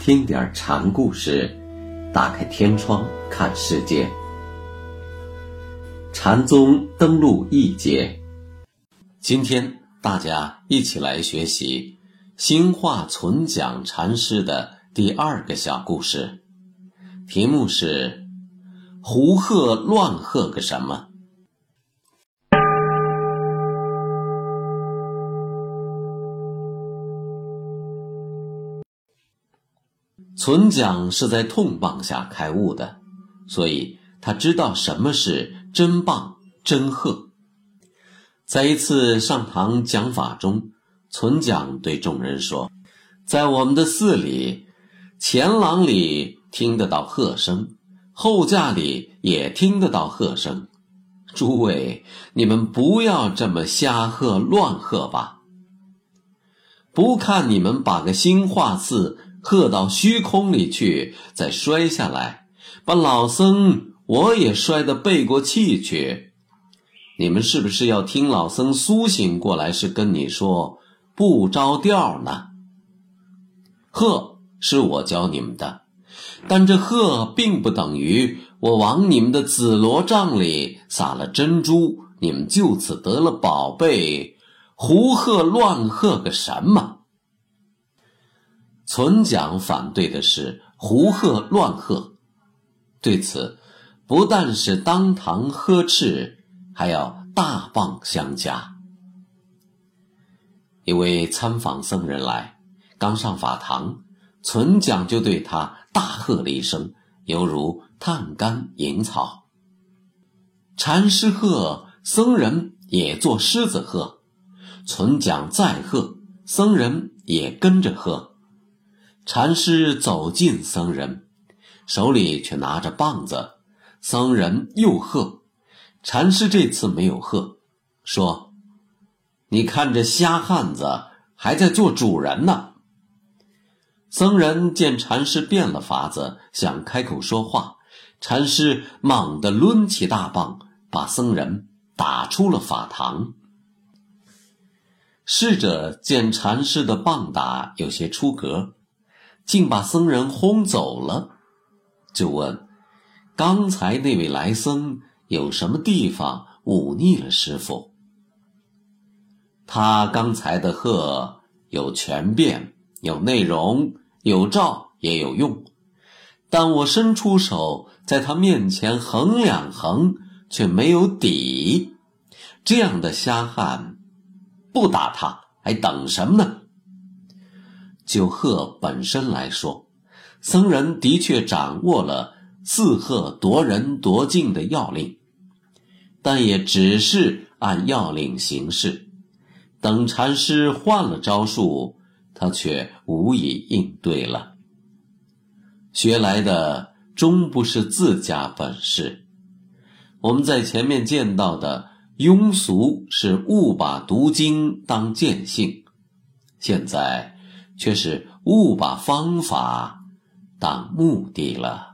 听点禅故事，打开天窗看世界。禅宗登陆一节，今天大家一起来学习兴化存讲禅师的第二个小故事，题目是胡喝乱喝个什么。存讲是在痛棒下开悟的，所以他知道什么是真棒真喝。在一次上堂讲法中，存讲对众人说，在我们的寺里，前廊里听得到喝声，后架里也听得到喝声，诸位，你们不要这么瞎喝乱喝吧。不看你们把个兴化寺喝到虚空里去，再摔下来，把老僧我也摔得背过气去。你们是不是要听老僧苏醒过来是跟你说不着调呢？喝是我教你们的，但这喝并不等于我往你们的紫罗帐里撒了珍珠，你们就此得了宝贝，胡喝乱喝个什么？存讲反对的是胡喝乱喝，对此不但是当堂呵斥，还要大棒相加。一位参访僧人来，刚上法堂，存讲就对他大喝了一声，犹如探竿引草。禅师喝，僧人也做狮子喝，存讲再喝，僧人也跟着喝。禅师走近僧人，手里却拿着棒子，僧人又喝，禅师这次没有喝，说，你看这瞎汉子还在做主人呢。僧人见禅师变了法子，想开口说话，禅师猛地抡起大棒，把僧人打出了法堂。侍者见禅师的棒打有些出格，竟把僧人轰走了，就问，刚才那位来僧有什么地方忤逆了师父？他刚才的喝有权变，有内容，有照也有用，但我伸出手在他面前横两横，却没有底，这样的瞎汉不打他还等什么呢？就喝本身来说，僧人的确掌握了四喝夺人夺境的要领，但也只是按要领行事，等禅师换了招数，他却无以应对了。学来的终不是自家本事。我们在前面见到的庸俗是误把读经当见性，现在却是误把方法当目的了。